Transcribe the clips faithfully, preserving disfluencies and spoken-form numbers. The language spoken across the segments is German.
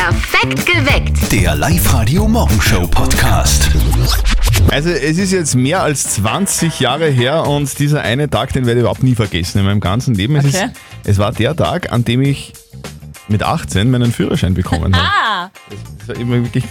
Perfekt geweckt. Der Live-Radio-Morgenshow-Podcast. Also es ist jetzt mehr als zwanzig Jahre her und dieser eine Tag, den werde ich überhaupt nie vergessen in meinem ganzen Leben. Es, Okay. ist, es war der Tag, an dem ich mit achtzehn meinen Führerschein bekommen habe. Ah, Das war immer wirklich...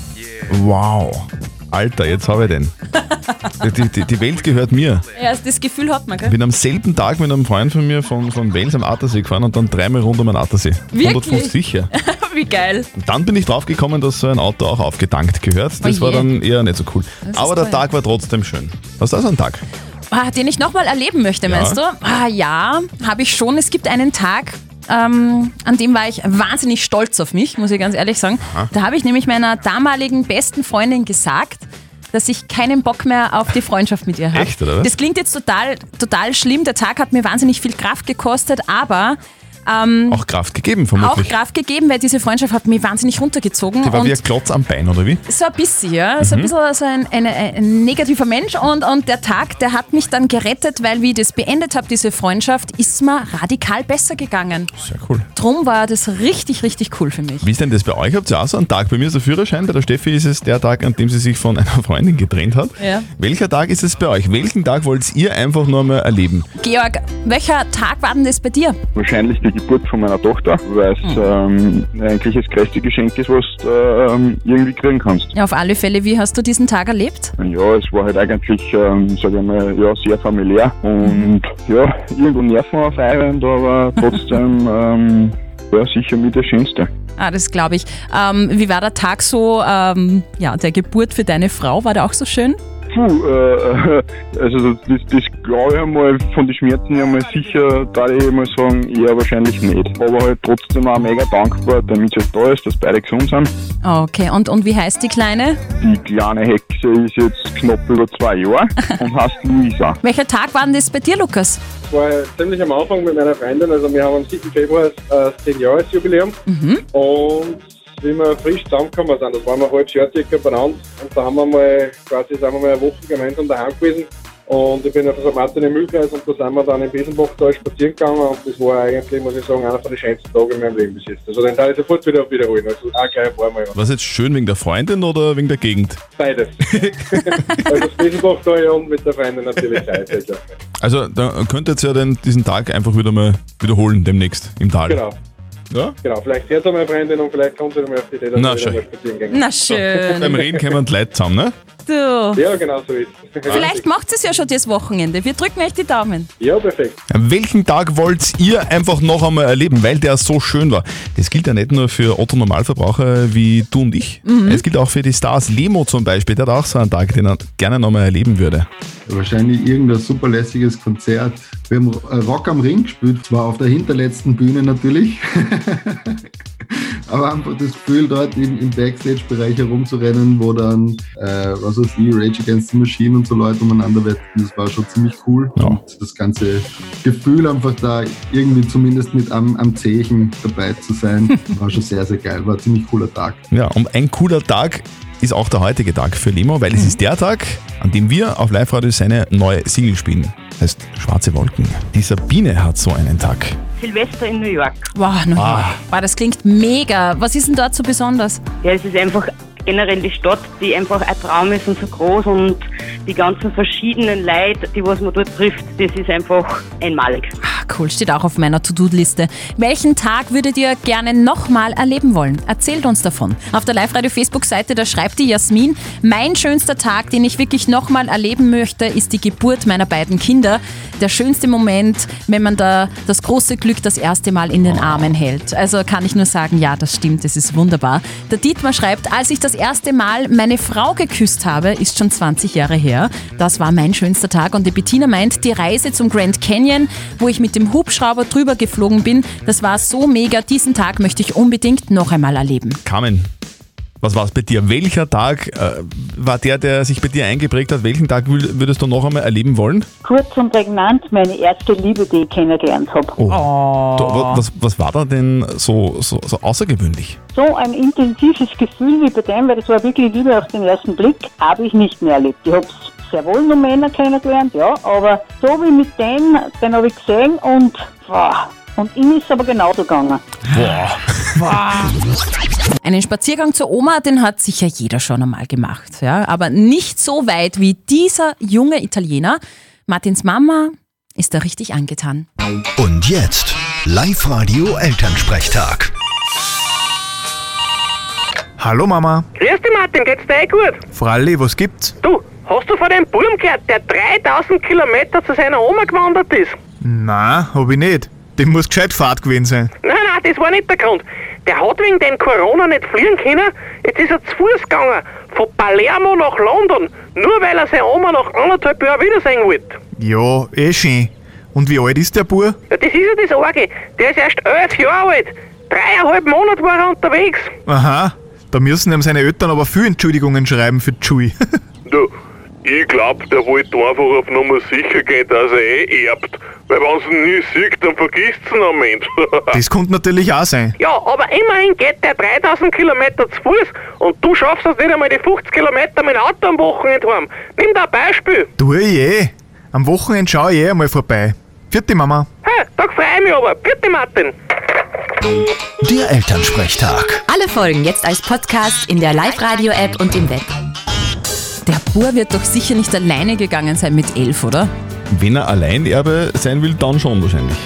Wow. Alter, jetzt habe ich den. Die, die, die Welt gehört mir. ja, das Gefühl hat man, Ich gell? bin am selben Tag mit einem Freund von mir von, von Wels am Attersee gefahren und dann dreimal rund um den Attersee. Wirklich? hundertfünfzig sicher. Wie geil. Und dann bin ich drauf gekommen, dass so ein Auto auch aufgetankt gehört. Das Oh war je. dann eher nicht so cool. ist Aber der toll. Tag war trotzdem schön. Hast du auch so einen Tag? Ah, den ich nochmal erleben möchte, Ja. meinst du? Ah, ja, habe ich schon. Es gibt einen Tag, ähm, an dem war ich wahnsinnig stolz auf mich, muss ich ganz ehrlich sagen. Da habe ich nämlich meiner damaligen besten Freundin gesagt, dass ich keinen Bock mehr auf die Freundschaft mit ihr habe. Echt, oder was? Das klingt jetzt total, total schlimm. Der Tag hat mir wahnsinnig viel Kraft gekostet, aber Auch Kraft gegeben, auch vermutlich. Kraft gegeben, weil diese Freundschaft hat mich wahnsinnig runtergezogen. Die war und wie ein Klotz am Bein, oder wie? So ein bisschen, ja. So ein bisschen so ein, ein, ein negativer Mensch. Und, und der Tag, der hat mich dann gerettet, weil wie ich das beendet habe, diese Freundschaft, ist mir radikal besser gegangen. Sehr cool. Drum war das richtig, richtig cool für mich. Wie ist denn das bei euch? Habt ihr auch so einen Tag? Bei mir ist der Führerschein, bei der Steffi ist es der Tag, an dem sie sich von einer Freundin getrennt hat. Ja. Welcher Tag ist es bei euch? Welchen Tag wollt ihr einfach nur mal erleben? Georg, welcher Tag war denn das bei dir? Wahrscheinlich die Geburt von meiner Tochter, weil es ähm, eigentlich das größte Geschenk ist, was du ähm, irgendwie kriegen kannst. Ja, auf alle Fälle, wie hast du diesen Tag erlebt? Und ja, es war halt eigentlich, ähm, sage ich mal, ja, sehr familiär und ja, irgendwo nervenaufreibend, aber trotzdem ähm, ja, sicher mit das Schönste. Ah, das glaube ich. Ähm, wie war der Tag so, ähm, ja, der Geburt für deine Frau? War der auch so schön? Puh, äh, also das, das glaube ich einmal von den Schmerzen her mal sicher, da ich mal sagen, eher wahrscheinlich nicht. Aber halt trotzdem auch mega dankbar, damit es halt da ist, dass beide gesund sind. Okay, und, und wie heißt die Kleine? Die kleine Hexe ist jetzt knapp über zwei Jahre und heißt Luisa. Welcher Tag war denn das bei dir, Lukas? Es war ziemlich am Anfang mit meiner Freundin, also wir haben am siebten Februar das zehn-Jahres-Jubiläum und wie wir frisch zusammengekommen sind, das waren wir ein halbes Jahr circa benannt und da haben wir mal quasi, sind wir mal eine Woche gemeinsam daheim gewesen und ich bin auf Sankt Martin im Mühlkreis und da sind wir dann im Besenbach da spazieren gegangen und das war eigentlich, muss ich sagen, einer von den schönsten Tagen in meinem Leben bis jetzt. Also den darf ich sofort wieder wiederholen, also auch gleich ein paar Mal. Was jetzt schön wegen der Freundin oder wegen der Gegend? Beides. Also das Besenbach da ja und mit der Freundin natürlich gleichzeitig. Also da könntet ihr ja den, diesen Tag einfach wieder mal wiederholen demnächst im Tal. Genau. Ja? Genau, vielleicht hört er meine Freundin und vielleicht kommt sie mal auf die Idee, dass Na, wir wieder schön. mal spazieren gehen. Na schön. Beim Reden kommen die Leute zusammen, ne? Du. Ja, genau so ist es. Vielleicht macht es ja schon das Wochenende. Wir drücken euch die Daumen. Ja, perfekt. Welchen Tag wollt ihr einfach noch einmal erleben, weil der so schön war? Das gilt ja nicht nur für Otto-Normalverbraucher wie du und ich. Es gilt auch für die Stars. Lemo zum Beispiel, der hat auch so einen Tag, den er gerne noch mal erleben würde. Wahrscheinlich irgendein super lässiges Konzert. Wir haben Rock am Ring gespielt, zwar auf der hinterletzten Bühne natürlich, aber einfach das Gefühl, dort im, im Backstage-Bereich herumzurennen, wo dann, äh, was weiß ich, Rage Against the Machine und so Leute umeinander wetten, das war schon ziemlich cool. Ja. Und das ganze Gefühl, einfach da irgendwie zumindest mit am, am Zehen dabei zu sein, war schon sehr, sehr geil. War ein ziemlich cooler Tag. Ja, und ein cooler Tag ist auch der heutige Tag für Lemo, weil es ist der Tag, an dem wir auf Live-Radio seine neue Single spielen. Heißt Schwarze Wolken. Die Sabine hat so einen Tag. Silvester in New York. Wow, New York. Wow, das klingt mega. Was ist denn dort so besonders? Ja, es ist einfach generell die Stadt, die einfach ein Traum ist und so groß und die ganzen verschiedenen Leute, die was man dort trifft, das ist einfach einmalig. Ah, cool, steht auch auf meiner To-Do-Liste. Welchen Tag würdet ihr gerne nochmal erleben wollen? Erzählt uns davon. Auf der Live-Radio-Facebook-Seite, da schreibt die Jasmin, mein schönster Tag, den ich wirklich nochmal erleben möchte, ist die Geburt meiner beiden Kinder. Der schönste Moment, wenn man da das große Glück das erste Mal in den Armen hält. Also kann ich nur sagen, ja, das stimmt, das ist wunderbar. Der Dietmar schreibt, als ich das erste Mal meine Frau geküsst habe, ist schon zwanzig Jahre her. Das war mein schönster Tag. Und die Bettina meint, die Reise zum Grand Canyon, wo ich mit dem Hubschrauber drüber geflogen bin, das war so mega. Diesen Tag möchte ich unbedingt noch einmal erleben. Carmen, was war es bei dir? Welcher Tag äh, war der, der sich bei dir eingeprägt hat? Welchen Tag wür- würdest du noch einmal erleben wollen? Kurz und prägnant, meine erste Liebe, die ich kennengelernt habe. Oh. Du, wa- was, was war da denn so, so, so außergewöhnlich? So ein intensives Gefühl wie bei dem, weil das war wirklich Liebe auf den ersten Blick, habe ich nicht mehr erlebt. Ich habe sehr wohl noch Männer kennengelernt, ja, aber so wie mit dem, den habe ich gesehen und wow, Und ihm ist aber genauso gegangen. Einen Spaziergang zur Oma, den hat sicher jeder schon einmal gemacht. Ja? Aber nicht so weit wie dieser junge Italiener. Martins Mama ist da richtig angetan. Und jetzt Live-Radio Elternsprechtag. Hallo Mama. Grüß dich Martin, geht's dir eh gut? Fralli, was gibt's? Du, hast du von dem Buben gehört, der dreitausend Kilometer zu seiner Oma gewandert ist? Nein, hab ich nicht. Dem muss gescheit Fahrt gewesen sein. Nein, nein, das war nicht der Grund. Der hat wegen den Corona nicht fliegen können, jetzt ist er zu Fuß gegangen, von Palermo nach London, nur weil er seine Oma nach anderthalb Jahren wiedersehen wollte. Ja, eh schön. Und wie alt ist der Bub? Ja, das ist ja das Arge, der ist erst elf Jahre alt. Dreieinhalb Monate war er unterwegs. Aha, da müssen ihm seine Eltern aber viel Entschuldigungen schreiben für die Schule. Du, ich glaub, der wollte einfach auf Nummer sicher gehen, dass er eh erbt. Weil wenn sie ihn nie sieht, dann vergisst sie ihn am Ende. Das könnte natürlich auch sein. Ja, aber immerhin geht der dreitausend Kilometer zu Fuß und du schaffst es nicht einmal die fünfzig Kilometer mit dem Auto am Wochenende heim. Nimm da ein Beispiel. Tu ich eh. Am Wochenende schau ich eh einmal vorbei. Vierte Mama. Hey, da freu ich mich aber. Bitte Martin. Der Elternsprechtag. Alle Folgen jetzt als Podcast in der Live-Radio-App und im Web. Der Bub wird doch sicher nicht alleine gegangen sein mit elf, oder? Wenn er Alleinerbe sein will, dann schon wahrscheinlich.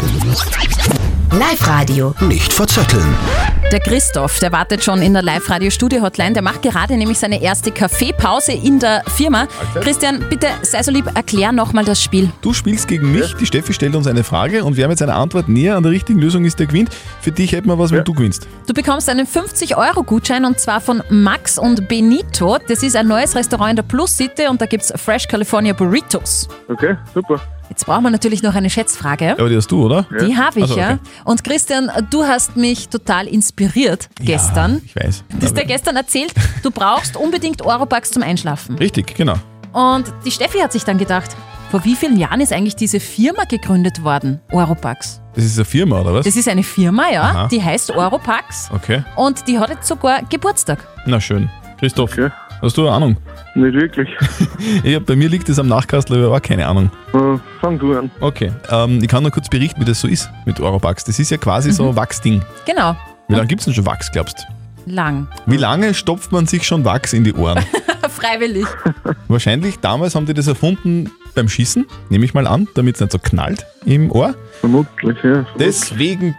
Live-Radio. Nicht verzetteln. Der Christoph, der wartet schon in der Live-Radio-Studio-Hotline. Der macht gerade nämlich seine erste Kaffeepause in der Firma. Okay. Christian, bitte sei so lieb, erklär nochmal das Spiel. Du spielst gegen mich, die Steffi stellt uns eine Frage und wer mit seiner Antwort näher an der richtigen Lösung ist, der gewinnt. Für dich hätten wir was, wenn du gewinnst. Du bekommst einen fünfzig Euro Gutschein und zwar von Max und Benito. Das ist ein neues Restaurant in der Plus-City und da gibt es Fresh California Burritos. Okay, super. Jetzt brauchen wir natürlich noch eine Schätzfrage. Aber die hast du, oder? Die habe ich, Also, okay. ja. Und Christian, du hast mich total inspiriert gestern. Ja, ich weiß. Du hast dir gestern erzählt, du brauchst unbedingt Oropax zum Einschlafen. Richtig, genau. Und die Steffi hat sich dann gedacht, vor wie vielen Jahren ist eigentlich diese Firma gegründet worden, Oropax? Das ist eine Firma, oder was? Das ist eine Firma, ja, Aha. die heißt Oropax Okay, und die hat jetzt sogar Geburtstag. na schön. Christoph, Okay. hast du eine Ahnung? Nicht wirklich. Ja, bei mir liegt es am Nachkastel, aber auch keine Ahnung. Äh, fang du an. Okay, ähm, ich kann nur kurz berichten, wie das so ist mit Oropax. Das ist ja quasi so ein Wachsding. Genau, Wie lange gibt es denn schon Wachs, glaubst du? lang. Wie lange stopft man sich schon Wachs in die Ohren? Freiwillig. Wahrscheinlich damals haben die das erfunden beim Schießen, nehme ich mal an, damit es nicht so knallt im Ohr. Vermutlich, ja. Deswegen,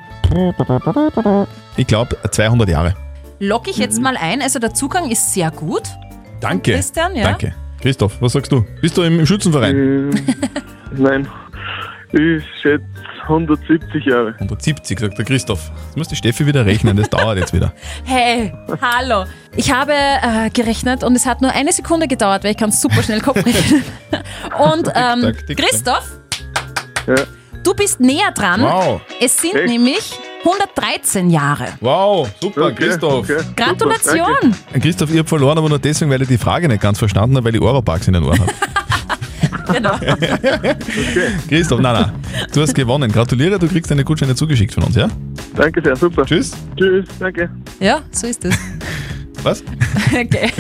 ich glaube, zweihundert Jahre. Locke ich jetzt mal ein, also der Zugang ist sehr gut. Danke. Christian, ja? Danke. Christoph, was sagst du? Bist du im, im Schützenverein? Äh, nein. Ich schätze hundertsiebzig Jahre. hundertsiebzig, sagt der Christoph. Jetzt muss die Steffi wieder rechnen, das dauert jetzt wieder. Hey, hallo. Ich habe äh, gerechnet und es hat nur eine Sekunde gedauert, weil ich kann super schnell Kopf rechnen. Und ähm, Tick-Tack, Tick-Tack. Christoph, Ja. du bist näher dran. Wow. Es sind Echt? nämlich hundertdreizehn Jahre. Wow, super, Okay, Christoph. okay. Gratulation. Super, danke. Christoph, ich habe verloren, aber nur deswegen, weil ich die Frage nicht ganz verstanden habe, weil ich Oropax in den Ohren habe. Genau. Christoph, nein, nein, du hast gewonnen. Gratuliere, du kriegst deine Gutscheine zugeschickt von uns, ja? Danke sehr, super. Tschüss. Tschüss, danke. Ja, so ist es. Was? Okay.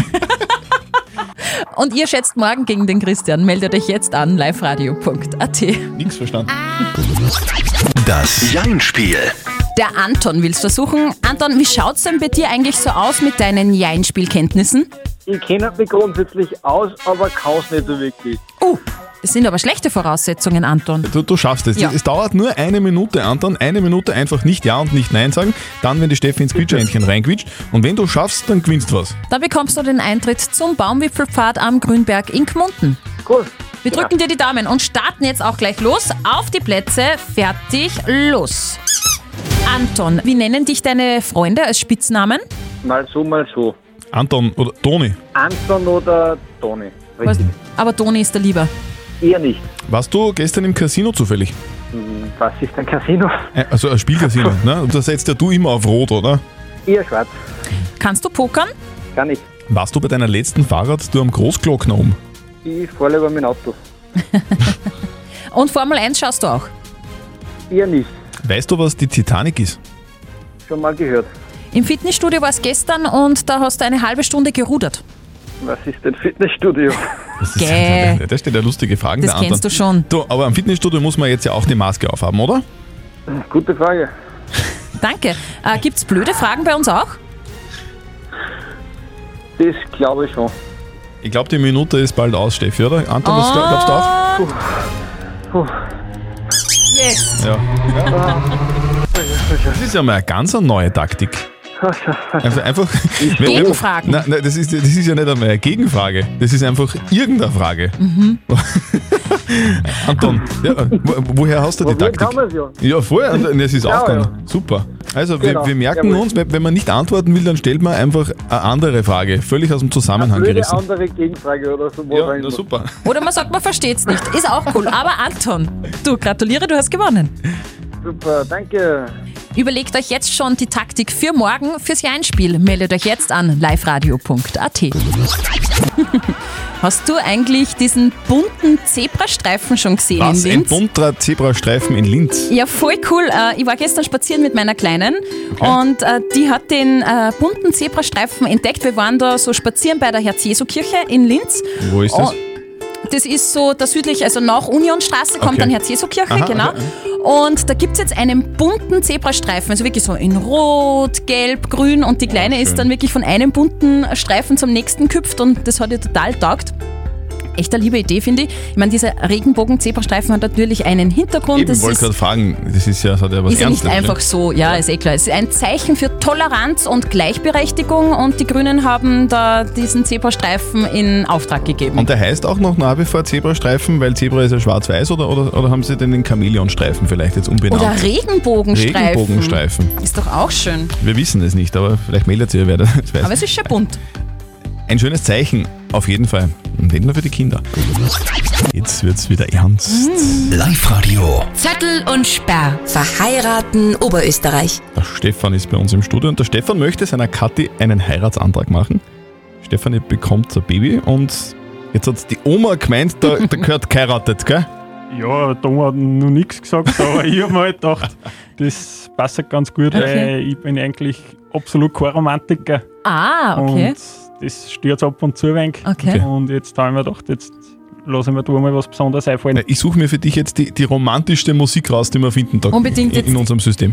Und ihr schätzt morgen gegen den Christian. Meldet euch jetzt an, liveradio punkt at. Nix verstanden. Das Jein-Spiel. Der Anton will es versuchen. Anton, wie schaut's denn bei dir eigentlich so aus mit deinen Jein-Spielkenntnissen? Ich kenne mich grundsätzlich aus, aber kann es nicht so wirklich. Uh, das sind aber schlechte Voraussetzungen, Anton. Du, du schaffst es. Ja. Es dauert nur eine Minute, Anton. Eine Minute einfach nicht Ja und nicht Nein sagen. Dann, wenn die Steffi ins Quietschhändchen reinquietscht. Und wenn du schaffst, dann gewinnst du was. Dann bekommst du den Eintritt zum Baumwipfelpfad am Grünberg in Gmunden. Cool. Wir drücken dir die Daumen und starten jetzt auch gleich los. Auf die Plätze, fertig, los. Anton, wie nennen dich deine Freunde als Spitznamen? Mal so, mal so. Anton oder Toni, Anton oder Toni. Was? Richtig. Aber Toni ist der Lieber. Eher nicht. warst du gestern im Casino zufällig? Hm, Was ist ein Casino? Äh, Also ein Spielcasino, ne? Und da setzt ja du immer auf Rot, oder? Eher schwarz. Kannst du pokern? Kann ich. Warst du bei deiner letzten Fahrradtour am Großglockner um? Ich fahre lieber mit dem Auto. Und Formel eins schaust du auch? Eher nicht. Weißt du, was die Titanic ist? Schon mal gehört. Im Fitnessstudio war es gestern und da hast du eine halbe Stunde gerudert. Was ist ein Fitnessstudio? Das ist, Gäh. da steht ja lustige Fragen. Das der Anton. kennst du schon. Du, aber am Fitnessstudio muss man jetzt ja auch die Maske aufhaben, oder? Gute Frage. Danke. Äh, Gibt es blöde Fragen bei uns auch? Das glaube ich schon. Ich glaube, die Minute ist bald aus, Steffi, oder? Anton, was glaub, glaubst du auch? Puh. Puh. Yes. Ja. Das ist ja mal eine ganz neue Taktik. Einfach, einfach Gegenfragen. Nein, nein, das, ist, das ist ja nicht einmal eine Gegenfrage. Das ist einfach irgendeine Frage. Mhm. Anton, ja, wo, woher hast du die Probieren Taktik? kann man's ja. Ja, vorher. Und das ist Ja, auch ganz ja. super. Also, Genau, wir, wir merken jawohl. uns, wenn wenn man nicht antworten will, dann stellt man einfach eine andere Frage. Völlig aus dem Zusammenhang Blöde gerissen. andere Gegenfrage oder so. Ja, na super. Oder man sagt, man versteht es nicht. Ist auch cool. Aber Anton, du, gratuliere, du hast gewonnen. Super, danke. Überlegt euch jetzt schon die Taktik für morgen fürs Jeinspiel. Meldet euch jetzt an liveradio punkt at. Hast du eigentlich diesen bunten Zebrastreifen schon gesehen Was? in Ein Linz? bunter Zebrastreifen in Linz? Ja, voll cool. Äh, Ich war gestern spazieren mit meiner Kleinen und äh, die hat den äh, bunten Zebrastreifen entdeckt. Wir waren da so spazieren bei der Herz-Jesu-Kirche in Linz. Wo ist das? Oh, das ist so der südliche, also nach Unionstraße kommt Okay. dann Herz-Jesu-Kirche, Aha, genau. okay. Und da gibt es jetzt einen bunten Zebrastreifen, also wirklich so in Rot, Gelb, Grün und die Kleine schön. ist dann wirklich von einem bunten Streifen zum nächsten gehüpft und das hat ihr total taugt. Echt eine liebe Idee, finde ich. Ich meine, dieser Regenbogen-Zebrastreifen hat natürlich einen Hintergrund. Eben, Das wollte ist, gerade fragen, das ist ja, das hat ja was ist ja nicht Ernstes, einfach so, ja, ist eh klar. Es ist ein Zeichen für Toleranz und Gleichberechtigung und die Grünen haben da diesen Zebrastreifen in Auftrag gegeben. Und der heißt auch noch nach wie vor Zebrastreifen, weil Zebra ist ja schwarz-weiß, oder, oder, oder haben sie den den Chamäleonstreifen vielleicht jetzt umbenannt? Oder Regenbogenstreifen. Regenbogenstreifen. Ist doch auch schön. Wir wissen es nicht, aber vielleicht meldet sich ja wer das weiß. Aber es ist schön bunt. Ein schönes Zeichen, auf jeden Fall. Und nicht nur für die Kinder. Jetzt wird's wieder ernst. Live-Radio. Zettel und Sperr. Verheiraten Oberösterreich. Der Stefan ist bei uns im Studio und der Stefan möchte seiner Kathi einen Heiratsantrag machen. Stefanie bekommt ein Baby und jetzt hat die Oma gemeint, da, da gehört geheiratet, gell? Ja, da hat noch nichts gesagt, aber ich habe mir halt gedacht, das passt ganz gut, Okay. weil ich bin eigentlich absolut kein Romantiker. Ah, okay. Und das stört ab und zu ein wenig. Okay. Und jetzt habe ich mir gedacht, jetzt lasse ich mir da mal was Besonderes einfallen. Na, ich suche mir für dich jetzt die, die romantischste Musik raus, die wir finden da Unbedingt in, in jetzt. unserem System.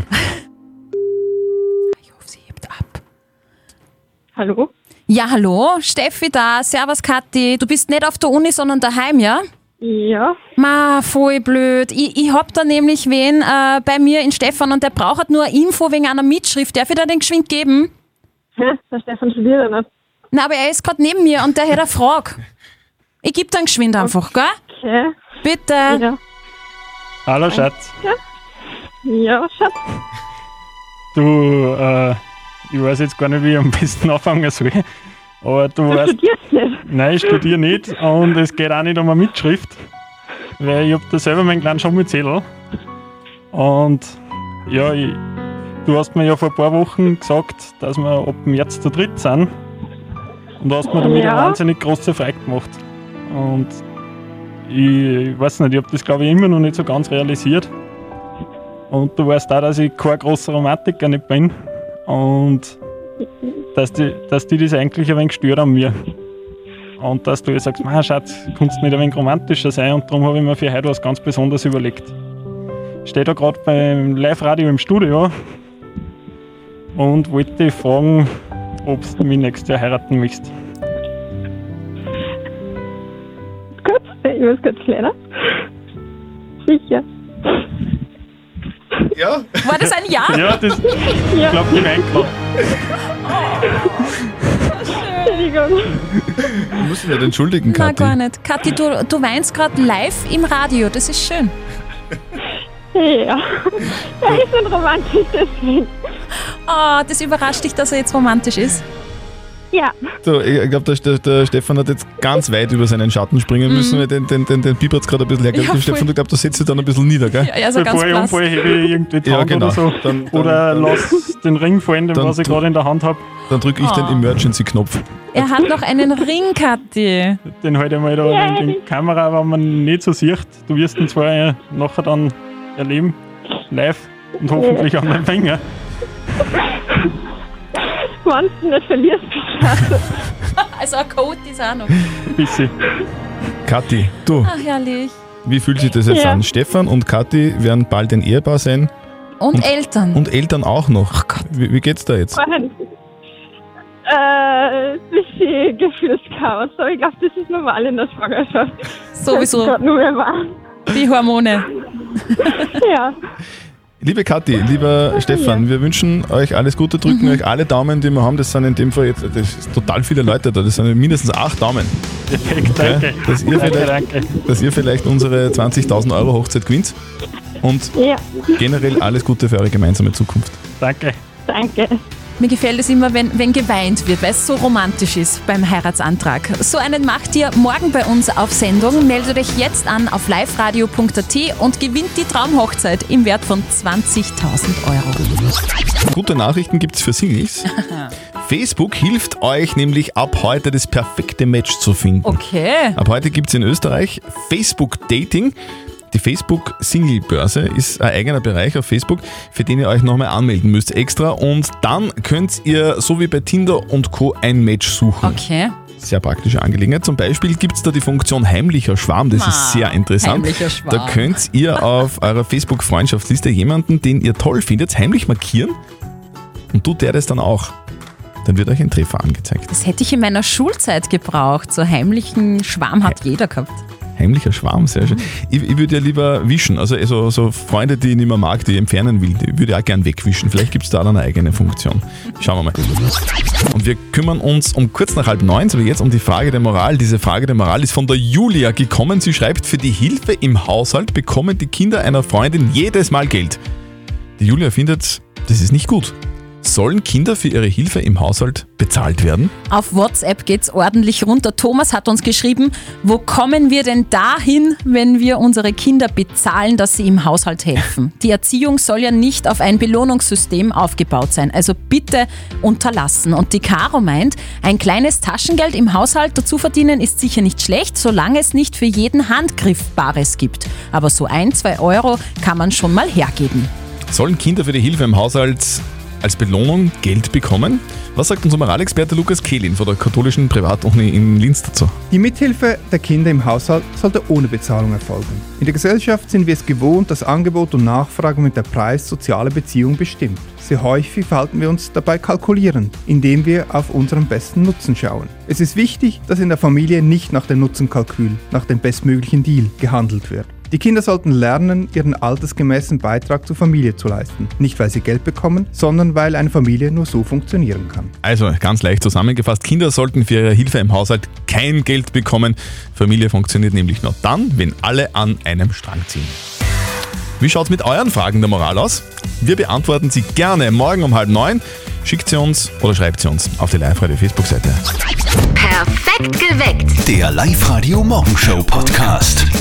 Hallo? Ja, hallo, Steffi da. Servus, Kathi. Du bist nicht auf der Uni, sondern daheim, ja? Ja. Ma, voll blöd. Ich, ich hab da nämlich wen äh, bei mir in Stefan und der braucht halt nur eine Info wegen einer Mitschrift. Darf ich dir den geschwind geben? Hä? Der Stefan studiert ja nicht. Na, aber er ist gerade neben mir und der hat eine Frage. Ich geb dann geschwind einfach, gell? Okay. Bitte. Ja. Hallo Schatz, Ja, Schatz. du, äh, ich weiß jetzt gar nicht, wie ich am besten anfangen soll. Aber du Du weißt, studierst nicht. nein, ich studiere nicht und es geht auch nicht um eine Mitschrift, weil ich habe da selber meinen kleinen Schummelzettel. Und ja, ich, du hast mir ja vor ein paar Wochen gesagt, dass wir ab März zu dritt sind. Und du hast mir damit Ja. eine wahnsinnig große Freude gemacht. Und ich, ich weiß nicht, ich habe das glaube ich immer noch nicht so ganz realisiert. Und du weißt auch, dass ich kein großer Romantiker nicht bin. Und dass die, dass die das eigentlich ein wenig stört an mir. Und dass du jetzt sagst, "Ma, Schatz, kannst du nicht ein wenig romantischer sein?" Und darum habe ich mir für heute was ganz Besonderes überlegt. Ich stehe da gerade beim Live-Radio im Studio und wollte dich fragen, ob du mich nächstes Jahr heiraten möchtest. Gut, ich muss kurz lernen. Sicher. Ja. War das ein Ja? Ja, das Ja. ich glaube, ich weine gerade. Entschuldigung. Du musst dich nicht entschuldigen, Na, Kathi. gar nicht. Kathi, du, du weinst gerade live im Radio. Das ist schön. Ja. Ja, ich bin romantisch, deswegen. Oh, das überrascht dich, dass er jetzt romantisch ist. Ja. So, ich glaube, der, der, der Stefan hat jetzt ganz weit über seinen Schatten springen müssen, weil den, den, den, den Piep hat es gerade ein bisschen hergegeben. Ja, voll. Stefan, du glaubst, du setzt dich dann ein bisschen nieder, gell? Ja, ja, so ganz Bevor ich blass. umfalle, hebe ich irgendwie die Ja, Hand genau. oder so. Dann- dann- oder dann- lass den Ring fallen, den Dann was ich tu- gerade in der Hand habe. Dann drücke ich den Oh. Emergency-Knopf. Er hat noch einen Ring, Kathi. Den halte ich mal da in die Kamera, wenn man nicht so sieht. Du wirst ihn zwar äh, nachher dann erleben, live und hoffentlich an meinem Finger. Wenn du nicht verlierst, Schatz. Also ein Code ist auch noch. Ein bisschen. Kathi, du, Ach, herrlich. wie fühlt sich das jetzt Ja. an? Stefan und Kathi werden bald ein Ehepaar sein. Und, Eltern. Und Eltern auch noch. Ach Gott. Wie, wie geht's da jetzt? Äh, bisschen Gefühlschaos, aber ich glaube, das ist normal in der Schwangerschaft. Sowieso. Das ist nur mehr wahr. Die Hormone. Ja. Liebe Kathi, lieber Stefan, wir wünschen euch alles Gute, drücken Mhm. euch alle Daumen, die wir haben. Das sind in dem Fall jetzt das ist total viele Leute da, das sind mindestens acht Daumen. Perfekt, danke. Dass ihr Danke, vielleicht, danke. dass ihr vielleicht unsere zwanzigtausend Euro Hochzeit gewinnt und Ja. generell alles Gute für eure gemeinsame Zukunft. Danke. Danke. Mir gefällt es immer, wenn, wenn geweint wird, weil es so romantisch ist beim Heiratsantrag. So einen macht ihr morgen bei uns auf Sendung. Meldet euch jetzt an auf liveradio punkt at und gewinnt die Traumhochzeit im Wert von zwanzigtausend Euro. Gute Nachrichten gibt's für Singles. Facebook hilft euch nämlich ab heute das perfekte Match zu finden. Okay. Ab heute gibt's in Österreich Facebook Dating. Die Facebook-Single-Börse ist ein eigener Bereich auf Facebook, für den ihr euch nochmal anmelden müsst extra. Und dann könnt ihr, so wie bei Tinder und Co., ein Match suchen. Okay. Sehr praktische Angelegenheit. Zum Beispiel gibt es da die Funktion heimlicher Schwarm, das Ah, ist sehr interessant. heimlicher Schwarm. Da könnt ihr auf eurer Facebook-Freundschaftsliste jemanden, den ihr toll findet, heimlich markieren und tut der das dann auch. Dann wird euch ein Treffer angezeigt. Das hätte ich in meiner Schulzeit gebraucht. So heimlichen Schwarm hat jeder gehabt. Heimlicher Schwarm, sehr schön. Ich, ich würde ja lieber wischen, also so, so Freunde, die ich nicht mehr mag, die ich entfernen will, die würde ich auch gern wegwischen. Vielleicht gibt es da dann eine eigene Funktion. Schauen wir mal. Und wir kümmern uns um kurz nach halb neun, so wie jetzt, um die Frage der Moral. Diese Frage der Moral ist von der Julia gekommen. Sie schreibt, für die Hilfe im Haushalt bekommen die Kinder einer Freundin jedes Mal Geld. Die Julia findet, das ist nicht gut. Sollen Kinder für ihre Hilfe im Haushalt bezahlt werden? Auf WhatsApp geht's ordentlich runter. Thomas hat uns geschrieben, wo kommen wir denn dahin, wenn wir unsere Kinder bezahlen, dass sie im Haushalt helfen? Die Erziehung soll ja nicht auf ein Belohnungssystem aufgebaut sein. Also bitte unterlassen. Und die Caro meint, ein kleines Taschengeld im Haushalt dazu verdienen ist sicher nicht schlecht, solange es nicht für jeden Handgriff Bares gibt. Aber so ein, zwei Euro kann man schon mal hergeben. Sollen Kinder für die Hilfe im Haushalt als Belohnung Geld bekommen? Was sagt unser Moralexperte Lukas Kehlin von der katholischen Privatuni in Linz dazu? Die Mithilfe der Kinder im Haushalt sollte ohne Bezahlung erfolgen. In der Gesellschaft sind wir es gewohnt, dass Angebot und Nachfrage mit der Preis soziale Beziehung bestimmt. Sehr häufig verhalten wir uns dabei kalkulierend, indem wir auf unseren besten Nutzen schauen. Es ist wichtig, dass in der Familie nicht nach dem Nutzenkalkül, nach dem bestmöglichen Deal gehandelt wird. Die Kinder sollten lernen, ihren altersgemäßen Beitrag zur Familie zu leisten. Nicht, weil sie Geld bekommen, sondern weil eine Familie nur so funktionieren kann. Also ganz leicht zusammengefasst, Kinder sollten für ihre Hilfe im Haushalt kein Geld bekommen. Familie funktioniert nämlich nur dann, wenn alle an einem Strang ziehen. Wie schaut es mit euren Fragen der Moral aus? Wir beantworten sie gerne morgen um halb neun. Schickt sie uns oder schreibt sie uns auf die Live-Radio-Facebook-Seite. Perfekt geweckt. Der Live-Radio Morgenshow Podcast.